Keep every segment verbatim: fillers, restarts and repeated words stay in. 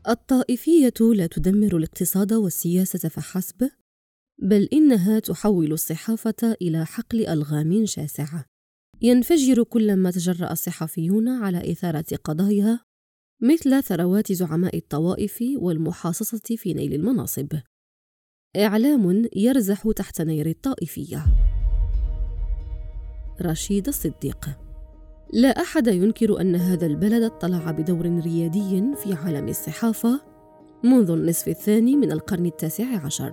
الطائفية لا تدمر الاقتصاد والسياسة فحسب، بل إنها تحول الصحافة إلى حقل ألغام شاسعة ينفجر كلما تجرأ الصحفيون على إثارة قضايا مثل ثروات زعماء الطوائف والمحاصصة في نيل المناصب. إعلام يرزح تحت نير الطائفية. رشيد الصديق. لا أحد ينكر أن هذا البلد اطلع بدور ريادي في عالم الصحافة منذ النصف الثاني من القرن التاسع عشر،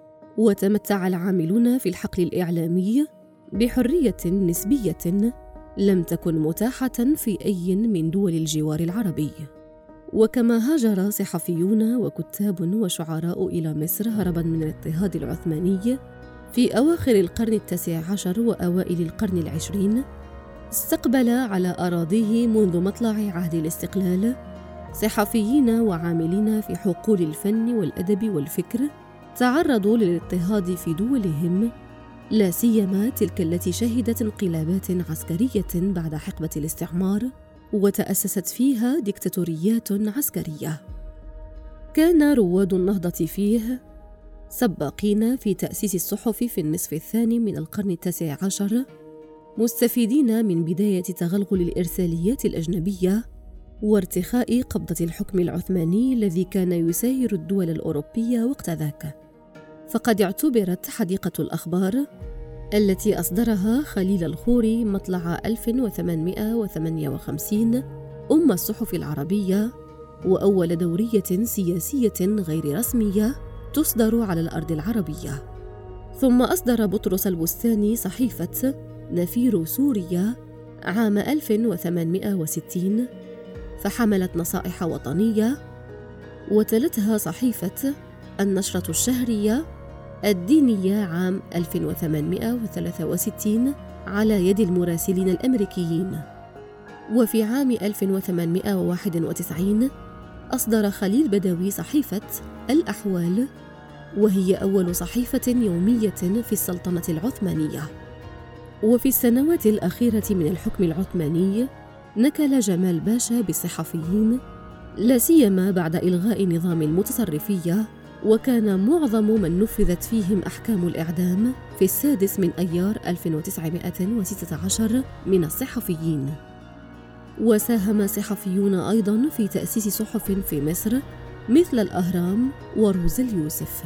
وتمتع العاملون في الحقل الإعلامي بحرية نسبية لم تكن متاحة في أي من دول الجوار العربي. وكما هاجر صحفيون وكتاب وشعراء إلى مصر هربا من الاضطهاد العثماني في أواخر القرن التاسع عشر وأوائل القرن العشرين، استقبل على أراضيه منذ مطلع عهد الاستقلال صحفيين وعاملين في حقول الفن والأدب والفكر تعرضوا للاضطهاد في دولهم، لا سيما تلك التي شهدت انقلابات عسكرية بعد حقبة الاستعمار وتأسست فيها ديكتاتوريات عسكرية. كان رواد النهضة فيه سباقين في تأسيس الصحف في النصف الثاني من القرن التاسع عشر، مستفيدين من بداية تغلغل الإرساليات الأجنبية وارتخاء قبضة الحكم العثماني الذي كان يساير الدول الأوروبية وقت ذاك. فقد اعتبرت حديقة الأخبار التي أصدرها خليل الخوري مطلع ألف وثمانمائة وثمانية وخمسين أم الصحف العربية وأول دورية سياسية غير رسمية تصدر على الأرض العربية. ثم أصدر بطرس البستاني صحيفة نفير سوريا عام ألف وثمانمائة وستين، فحملت نصائح وطنية، وتلتها صحيفة النشرة الشهرية الدينية عام ألف وثمانمائة وثلاثة وستين على يد المراسلين الأمريكيين. وفي عام ألف وثمانمائة وواحد وتسعين أصدر خليل بدوي صحيفة الأحوال، وهي أول صحيفة يومية في السلطنة العثمانية. وفي السنوات الأخيرة من الحكم العثماني نكل جمال باشا بالصحفيين، لا سيما بعد إلغاء نظام المتصرفية، وكان معظم من نفذت فيهم أحكام الإعدام في السادس من أيار ألف وتسعمائة وستة عشر من الصحفيين. وساهم صحفيون أيضاً في تأسيس صحف في مصر مثل الأهرام وروز اليوسف.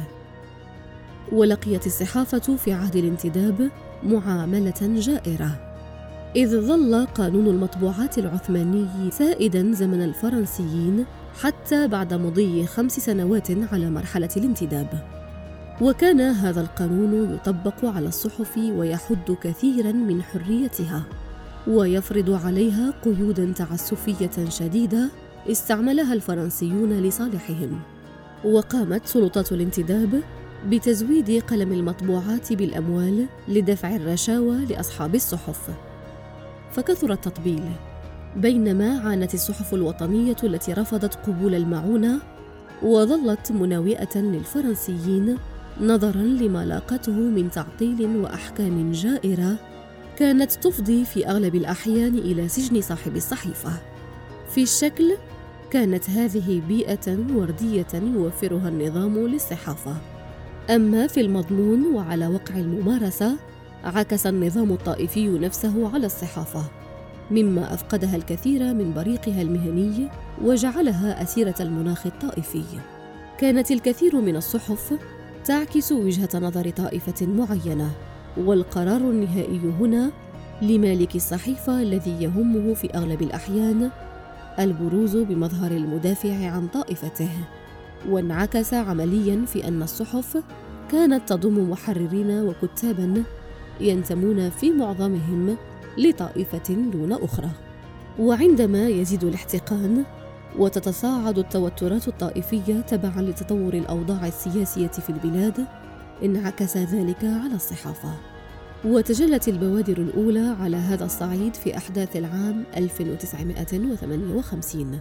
ولقيت الصحافة في عهد الانتداب معاملة جائرة، إذ ظل قانون المطبوعات العثماني سائداً زمن الفرنسيين حتى بعد مضي خمس سنوات على مرحلة الانتداب. وكان هذا القانون يطبق على الصحف ويحد كثيراً من حريتها، ويفرض عليها قيوداً تعسفية شديدة استعملها الفرنسيون لصالحهم. وقامت سلطات الانتداب بتزويد قلم المطبوعات بالأموال لدفع الرشاوى لأصحاب الصحف، فكثر التطبيل، بينما عانت الصحف الوطنية التي رفضت قبول المعونة وظلت مناوئة للفرنسيين نظراً لما لاقته من تعطيل وأحكام جائرة كانت تفضي في أغلب الأحيان إلى سجن صاحب الصحيفة. في الشكل كانت هذه بيئة وردية يوفرها النظام للصحافة، أما في المضمون وعلى وقع الممارسة عكس النظام الطائفي نفسه على الصحافة، مما أفقدها الكثير من بريقها المهني وجعلها أسيرة المناخ الطائفي. كانت الكثير من الصحف تعكس وجهة نظر طائفة معينة، والقرار النهائي هنا لمالك الصحيفة الذي يهمه في أغلب الأحيان البروز بمظهر المدافع عن طائفته. وانعكس عملياً في أن الصحف كانت تضم محررين وكتاباً ينتمون في معظمهم لطائفة دون أخرى. وعندما يزيد الاحتقان وتتصاعد التوترات الطائفية تبعاً لتطور الأوضاع السياسية في البلاد، انعكس ذلك على الصحافة. وتجلت البوادر الأولى على هذا الصعيد في أحداث العام ألف وتسعمائة وثمانية وخمسين،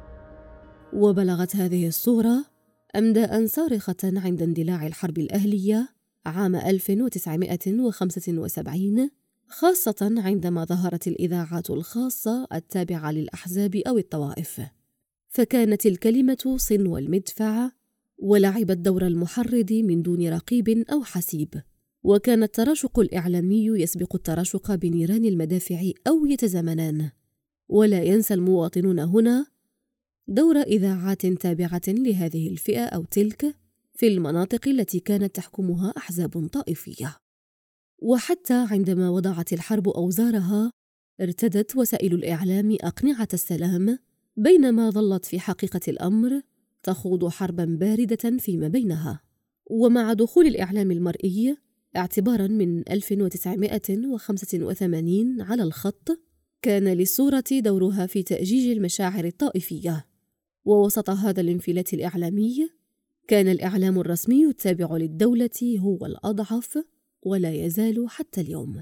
وبلغت هذه الصورة أمداء صارخة عند اندلاع الحرب الأهلية عام ألف وتسعمائة وخمسة وسبعين، خاصة عندما ظهرت الإذاعات الخاصة التابعة للأحزاب أو الطوائف. فكانت الكلمة صنو المدفع ولعبت دور المحرض من دون رقيب أو حسيب، وكان التراشق الإعلامي يسبق التراشق بنيران المدافع أو يتزامنان. ولا ينسى المواطنون هنا دور إذاعات تابعة لهذه الفئة أو تلك في المناطق التي كانت تحكمها أحزاب طائفية. وحتى عندما وضعت الحرب أوزارها ارتدت وسائل الإعلام أقنعة السلام، بينما ظلت في حقيقة الأمر تخوض حرباً باردة فيما بينها. ومع دخول الإعلام المرئي اعتباراً من ألف وتسعمائة وخمسة وثمانين على الخط، كان للصورة دورها في تأجيج المشاعر الطائفية. ووسط هذا الانفلات الإعلامي كان الإعلام الرسمي التابع للدولة هو الأضعف، ولا يزال حتى اليوم.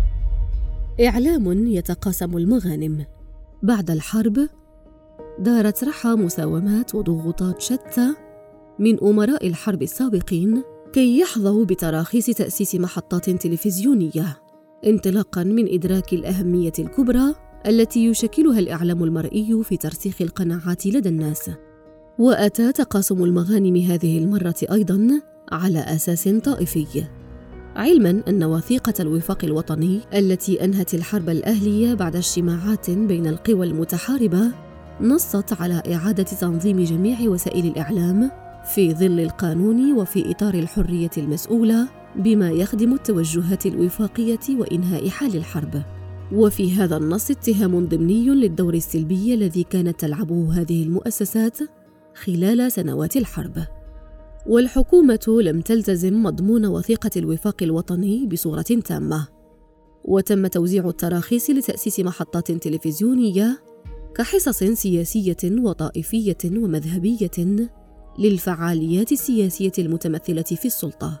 إعلام يتقاسم المغانم. بعد الحرب دارت رحى مساومات وضغوطات شتى من أمراء الحرب السابقين كي يحظوا بتراخيص تأسيس محطات تلفزيونية، انطلاقاً من إدراك الأهمية الكبرى التي يشكلها الإعلام المرئي في ترسيخ القناعات لدى الناس. وأتى تقاسم المغانم هذه المرة أيضاً على أساس طائفي، علماً أن وثيقة الوفاق الوطني التي أنهت الحرب الأهلية بعد اجتماعات بين القوى المتحاربة نصت على إعادة تنظيم جميع وسائل الإعلام في ظل القانون وفي إطار الحرية المسؤولة بما يخدم التوجهات الوفاقية وإنهاء حال الحرب. وفي هذا النص اتهام ضمني للدور السلبي الذي كانت تلعبه هذه المؤسسات خلال سنوات الحرب. والحكومة لم تلتزم مضمون وثيقة الوفاق الوطني بصورة تامة، وتم توزيع التراخيص لتأسيس محطات تلفزيونية كحصص سياسية وطائفية ومذهبية للفعاليات السياسية المتمثلة في السلطة.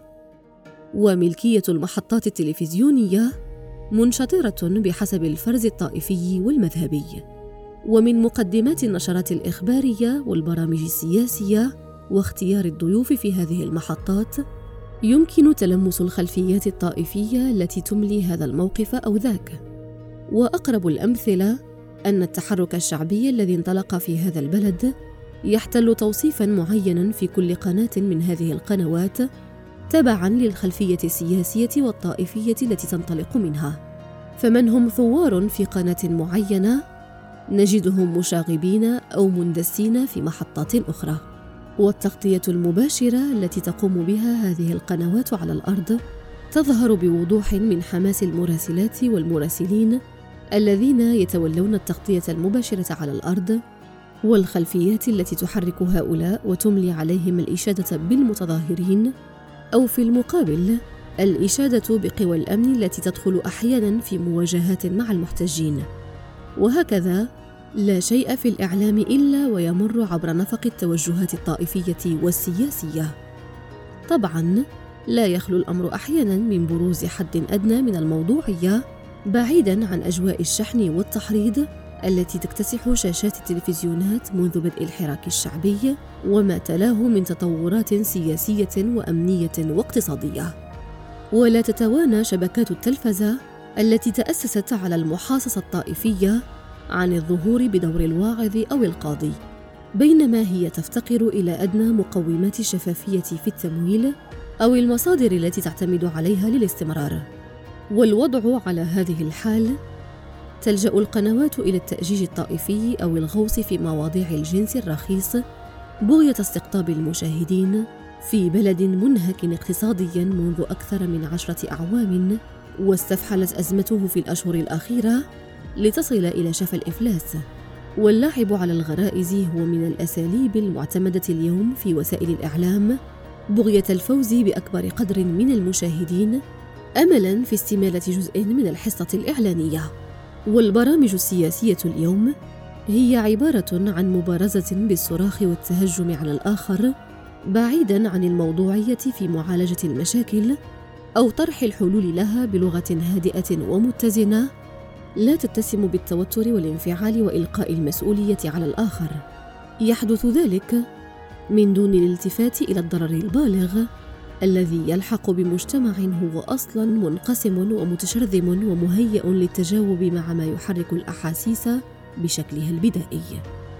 وملكية المحطات التلفزيونية منشطرة بحسب الفرز الطائفي والمذهبي. ومن مقدمات النشرات الإخبارية والبرامج السياسية واختيار الضيوف في هذه المحطات يمكن تلمس الخلفيات الطائفية التي تملي هذا الموقف أو ذاك. وأقرب الأمثلة أن التحرك الشعبي الذي انطلق في هذا البلد يحتل توصيفاً معيناً في كل قناة من هذه القنوات تبعاً للخلفية السياسية والطائفية التي تنطلق منها. فمن هم ثوار في قناة معينة نجدهم مشاغبين أو مندسين في محطات أخرى. والتغطية المباشرة التي تقوم بها هذه القنوات على الأرض تظهر بوضوح من حماس المراسلات والمراسلين الذين يتولون التغطية المباشرة على الأرض، والخلفيات التي تحرك هؤلاء وتملي عليهم الإشادة بالمتظاهرين، أو في المقابل الإشادة بقوى الأمن التي تدخل أحياناً في مواجهات مع المحتجين. وهكذا لا شيء في الإعلام إلا ويمر عبر نفق التوجهات الطائفية والسياسية. طبعاً لا يخلو الأمر أحياناً من بروز حد أدنى من الموضوعية بعيداً عن أجواء الشحن والتحريض التي تكتسح شاشات التلفزيونات منذ بدء الحراك الشعبي وما تلاه من تطورات سياسية وأمنية واقتصادية. ولا تتوانى شبكات التلفزة التي تأسست على المحاصصة الطائفية عن الظهور بدور الواعظ أو القاضي، بينما هي تفتقر إلى أدنى مقومات الشفافية في التمويل أو المصادر التي تعتمد عليها للاستمرار. والوضع على هذه الحال تلجأ القنوات إلى التأجيج الطائفي أو الغوص في مواضيع الجنس الرخيص بغية استقطاب المشاهدين في بلد منهك اقتصادياً منذ أكثر من عشرة أعوام، واستفحلت أزمته في الأشهر الأخيرة لتصل إلى شفا الإفلاس. واللعب على الغرائز هو من الأساليب المعتمدة اليوم في وسائل الإعلام بغية الفوز بأكبر قدر من المشاهدين أملاً في استمالة جزء من الحصة الإعلانية. والبرامج السياسية اليوم هي عبارة عن مبارزة بالصراخ والتهجم على الآخر بعيداً عن الموضوعية في معالجة المشاكل أو طرح الحلول لها بلغة هادئة ومتزنة لا تتسم بالتوتر والانفعال وإلقاء المسؤولية على الآخر. يحدث ذلك من دون الالتفات إلى الضرر البالغ الذي يلحق بمجتمع هو أصلاً منقسم ومتشرذم ومهيئ للتجاوب مع ما يحرك الأحاسيس بشكلها البدائي.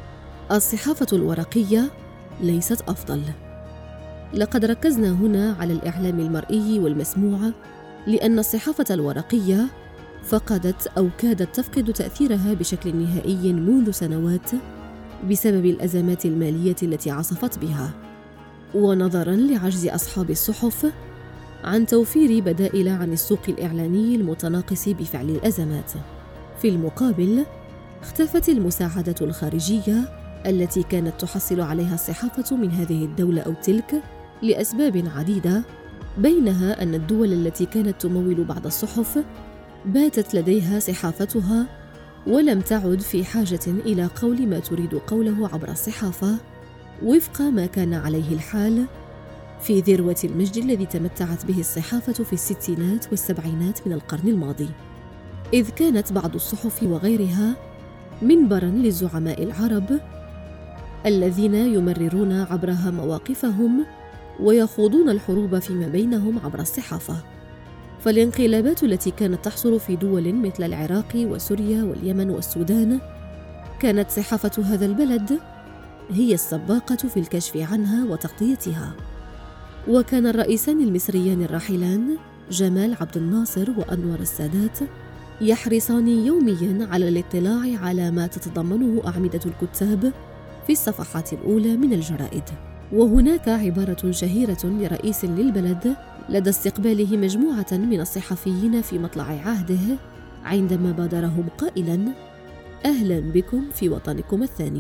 الصحافة الورقية ليست أفضل. لقد ركزنا هنا على الإعلام المرئي والمسموع لأن الصحافة الورقية فقدت أو كادت تفقد تأثيرها بشكل نهائي منذ سنوات بسبب الأزمات المالية التي عصفت بها، ونظراً لعجز أصحاب الصحف عن توفير بدائل عن السوق الإعلاني المتناقص بفعل الأزمات. في المقابل، اختفت المساعدة الخارجية التي كانت تحصل عليها الصحافة من هذه الدولة أو تلك لأسباب عديدة، بينها أن الدول التي كانت تمول بعض الصحف باتت لديها صحافتها ولم تعد في حاجة إلى قول ما تريد قوله عبر الصحافة، وفق ما كان عليه الحال في ذروة المجد الذي تمتعت به الصحافة في الستينات والسبعينات من القرن الماضي، إذ كانت بعض الصحف وغيرها منبراً للزعماء العرب الذين يمررون عبرها مواقفهم ويخوضون الحروب فيما بينهم عبر الصحافة. فالانقلابات التي كانت تحصل في دول مثل العراق وسوريا واليمن والسودان كانت صحافة هذا البلد هي السباقة في الكشف عنها وتغطيتها. وكان الرئيسان المصريان الراحلان جمال عبد الناصر وأنور السادات يحرصان يومياً على الاطلاع على ما تتضمنه أعمدة الكتاب في الصفحات الأولى من الجرائد. وهناك عبارة شهيرة لرئيس للبلد لدى استقباله مجموعة من الصحفيين في مطلع عهده عندما بادرهم قائلاً: أهلاً بكم في وطنكم الثاني.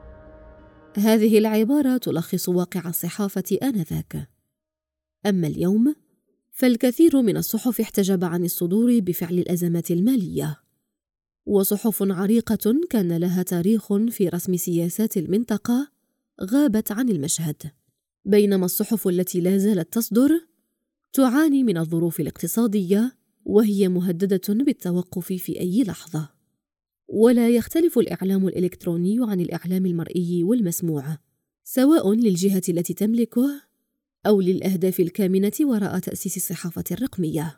هذه العبارة تلخص واقع الصحافة آنذاك. أما اليوم فالكثير من الصحف احتجب عن الصدور بفعل الأزمات المالية، وصحف عريقة كان لها تاريخ في رسم سياسات المنطقة غابت عن المشهد، بينما الصحف التي لا زالت تصدر تعاني من الظروف الاقتصادية وهي مهددة بالتوقف في أي لحظة. ولا يختلف الإعلام الإلكتروني عن الإعلام المرئي والمسموع، سواء للجهة التي تملكه أو للأهداف الكامنة وراء تأسيس الصحافة الرقمية.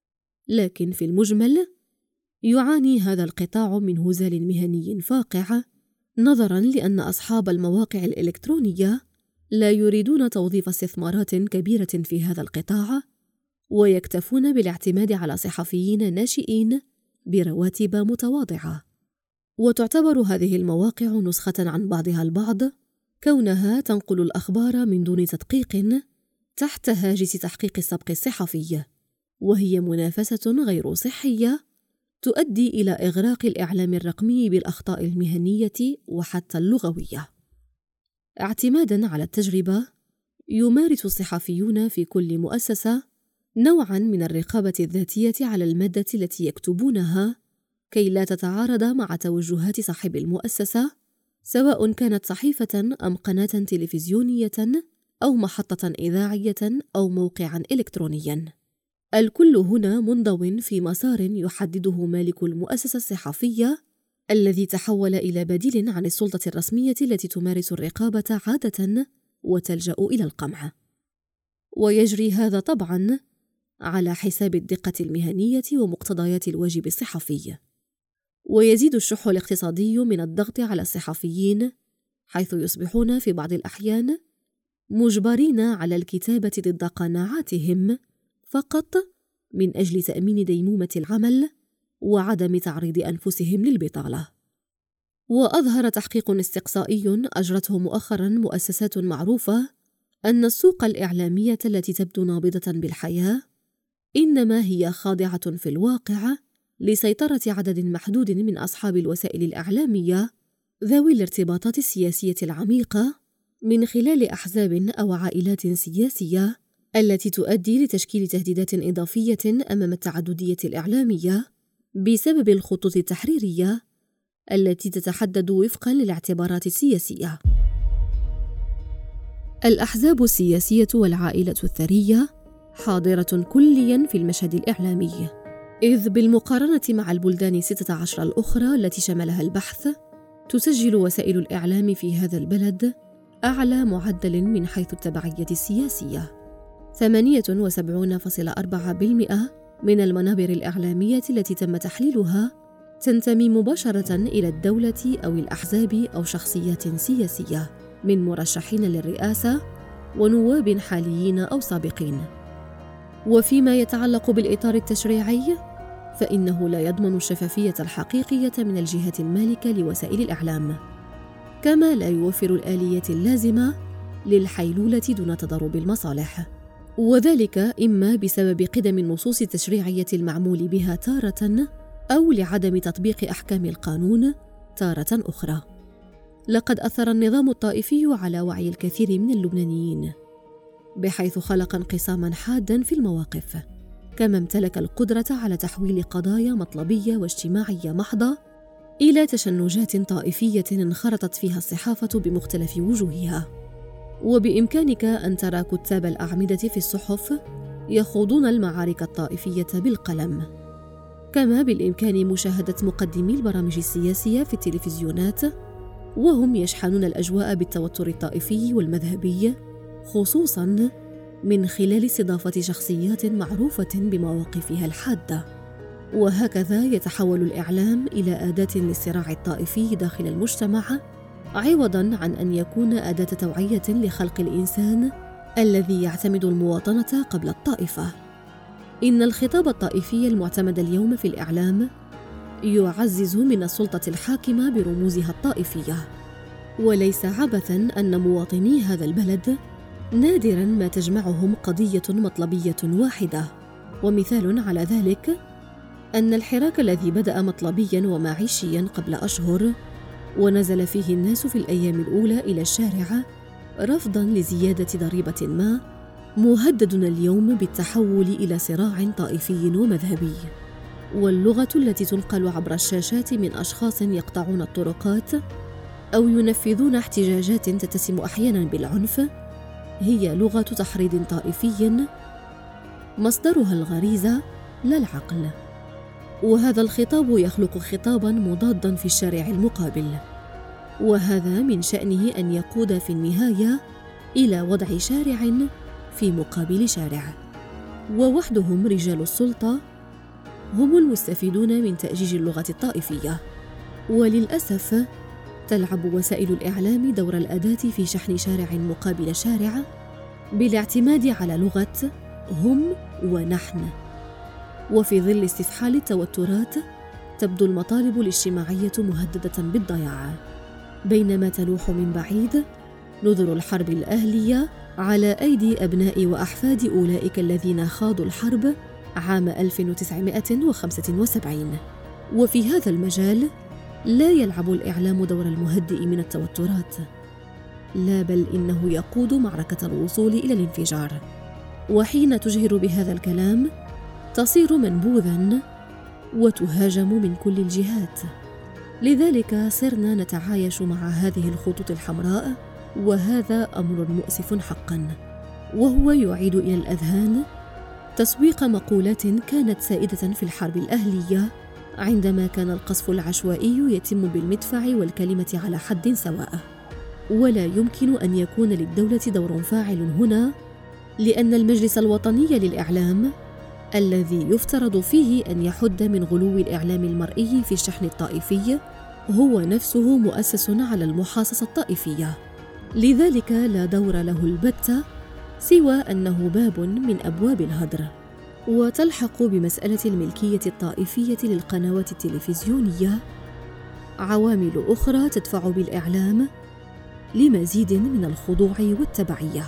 لكن في المجمل يعاني هذا القطاع من هزال مهني فاقع، نظراً لأن أصحاب المواقع الإلكترونية لا يريدون توظيف استثمارات كبيرة في هذا القطاع، ويكتفون بالاعتماد على صحفيين ناشئين برواتب متواضعة. وتعتبر هذه المواقع نسخة عن بعضها البعض، كونها تنقل الأخبار من دون تدقيق تحت هاجس تحقيق السبق الصحفي، وهي منافسة غير صحية تؤدي إلى إغراق الإعلام الرقمي بالأخطاء المهنية وحتى اللغوية. اعتماداً على التجربة، يمارس الصحفيون في كل مؤسسة نوعاً من الرقابة الذاتية على المادة التي يكتبونها كي لا تتعارض مع توجهات صاحب المؤسسة، سواء كانت صحيفة أم قناة تلفزيونية أو محطة إذاعية أو موقعاً إلكترونياً. الكل هنا منضو في مسار يحدده مالك المؤسسة الصحفية الذي تحول إلى بديل عن السلطة الرسمية التي تمارس الرقابة عادة وتلجأ إلى القمع. ويجري هذا طبعاً على حساب الدقة المهنية ومقتضيات الواجب الصحفي. ويزيد الشح الاقتصادي من الضغط على الصحفيين، حيث يصبحون في بعض الأحيان مجبرين على الكتابة ضد قناعاتهم فقط من أجل تأمين ديمومة العمل وعدم تعريض أنفسهم للبطالة. وأظهر تحقيق استقصائي أجرته مؤخراً مؤسسات معروفة أن السوق الإعلامية التي تبدو نابضة بالحياة إنما هي خاضعة في الواقع لسيطرة عدد محدود من أصحاب الوسائل الإعلامية ذوي الارتباطات السياسية العميقة من خلال أحزاب أو عائلات سياسية التي تؤدي لتشكيل تهديدات إضافية أمام التعددية الإعلامية بسبب الخطوط التحريرية التي تتحدد وفقاً للاعتبارات السياسية. الأحزاب السياسية والعائلة الثرية حاضرة كلياً في المشهد الإعلامي، إذ بالمقارنة مع البلدان الستة عشر الأخرى التي شملها البحث تسجل وسائل الإعلام في هذا البلد أعلى معدل من حيث التبعية السياسية. ثمانية وسبعين فاصلة أربعة بالمئة من المنابر الإعلامية التي تم تحليلها تنتمي مباشرة إلى الدولة أو الأحزاب أو شخصيات سياسية من مرشحين للرئاسة ونواب حاليين أو سابقين. وفيما يتعلق بالإطار التشريعي فإنه لا يضمن الشفافية الحقيقية من الجهات المالكة لوسائل الإعلام، كما لا يوفر الآليات اللازمة للحيلولة دون تضارب المصالح، وذلك إما بسبب قدم النصوص التشريعية المعمول بها تارة أو لعدم تطبيق أحكام القانون تارة أخرى. لقد أثر النظام الطائفي على وعي الكثير من اللبنانيين، بحيث خلق انقساماً حاداً في المواقف، كما امتلك القدرة على تحويل قضايا مطلبية واجتماعية محضة إلى تشنجات طائفية انخرطت فيها الصحافة بمختلف وجوهها. وبإمكانك أن ترى كتاب الأعمدة في الصحف يخوضون المعارك الطائفية بالقلم، كما بالإمكان مشاهدة مقدمي البرامج السياسية في التلفزيونات وهم يشحنون الأجواء بالتوتر الطائفي والمذهبي، خصوصاً من خلال استضافة شخصيات معروفة بمواقفها الحادة. وهكذا يتحول الإعلام إلى أداة للصراع الطائفي داخل المجتمع، عوضاً عن أن يكون أداة توعية لخلق الإنسان الذي يعتمد المواطنة قبل الطائفة. إن الخطاب الطائفي المعتمد اليوم في الإعلام يعزز من السلطة الحاكمة برموزها الطائفية، وليس عبثاً أن مواطني هذا البلد نادراً ما تجمعهم قضية مطلبية واحدة. ومثال على ذلك أن الحراك الذي بدأ مطلبياً ومعيشياً قبل أشهر ونزل فيه الناس في الأيام الأولى إلى الشارع رفضاً لزيادة ضريبة ما، مهدد اليوم بالتحول إلى صراع طائفي ومذهبي. واللغة التي تنقل عبر الشاشات من أشخاص يقطعون الطرقات أو ينفذون احتجاجات تتسم أحياناً بالعنف هي لغة تحريض طائفي مصدرها الغريزة لا العقل. وهذا الخطاب يخلق خطاباً مضاداً في الشارع المقابل، وهذا من شأنه أن يقود في النهاية إلى وضع شارع في مقابل شارع، ووحدهم رجال السلطة هم المستفيدون من تأجيج اللغة الطائفية. وللأسف تلعب وسائل الإعلام دور الأداة في شحن شارع مقابل شارع بالاعتماد على لغة هم ونحن. وفي ظل استفحال التوترات تبدو المطالب الاجتماعية مهددة بالضياع، بينما تلوح من بعيد نذر الحرب الأهلية على أيدي أبناء وأحفاد أولئك الذين خاضوا الحرب عام ألف وتسعمائة وخمسة وسبعين. وفي هذا المجال لا يلعب الإعلام دور المهدئ من التوترات، لا بل إنه يقود معركة الوصول إلى الانفجار. وحين تجهر بهذا الكلام تصير منبوذاً وتهاجم من كل الجهات. لذلك صرنا نتعايش مع هذه الخطوط الحمراء، وهذا أمر مؤسف حقاً، وهو يعيد إلى الأذهان تسويق مقولات كانت سائدة في الحرب الأهلية، عندما كان القصف العشوائي يتم بالمدفع والكلمة على حد سواء. ولا يمكن أن يكون للدولة دور فاعل هنا، لأن المجلس الوطني للإعلام الذي يفترض فيه أن يحد من غلو الإعلام المرئي في الشحن الطائفي هو نفسه مؤسس على المحاصصة الطائفية، لذلك لا دور له البتة سوى أنه باب من أبواب الهدر. وتلحق بمسألة الملكية الطائفية للقنوات التلفزيونية عوامل أخرى تدفع بالإعلام لمزيد من الخضوع والتبعية،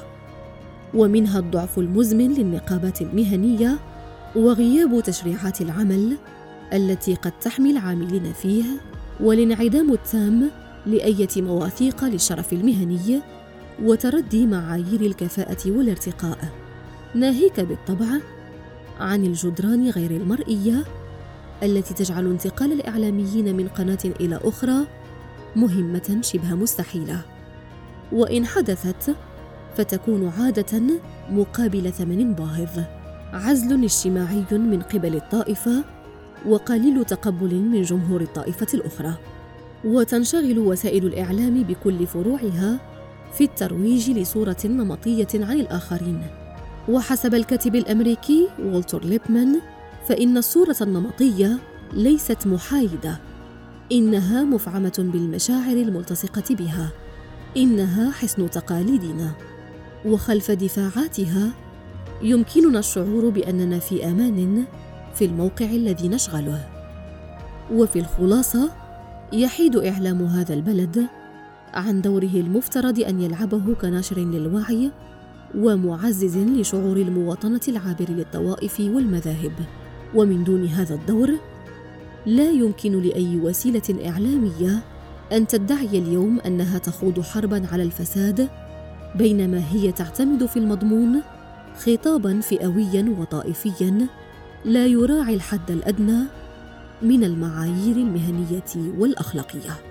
ومنها الضعف المزمن للنقابات المهنية وغياب تشريعات العمل التي قد تحمي العاملين فيه، والانعدام التام لأية مواثيق للشرف المهني وتردي معايير الكفاءة والارتقاء، ناهيك بالطبع عن الجدران غير المرئية التي تجعل انتقال الإعلاميين من قناة إلى أخرى مهمة شبه مستحيلة، وإن حدثت فتكون عادة مقابل ثمن باهظ، عزل اجتماعي من قبل الطائفة وقليل تقبل من جمهور الطائفة الأخرى. وتنشغل وسائل الإعلام بكل فروعها في الترويج لصورة نمطية عن الآخرين. وحسب الكاتب الأمريكي والتر ليبمان، فإن الصورة النمطية ليست محايدة، إنها مفعمة بالمشاعر الملتصقة بها، إنها حصن تقاليدنا، وخلف دفاعاتها يمكننا الشعور بأننا في أمان في الموقع الذي نشغله. وفي الخلاصة، يحيد إعلام هذا البلد عن دوره المفترض أن يلعبه كناشر للوعي ومعزز لشعور المواطنة العابر للطوائف والمذاهب. ومن دون هذا الدور لا يمكن لأي وسيلة إعلامية أن تدعي اليوم أنها تخوض حرباً على الفساد، بينما هي تعتمد في المضمون خطاباً فئوياً وطائفياً لا يراعي الحد الأدنى من المعايير المهنية والأخلاقية.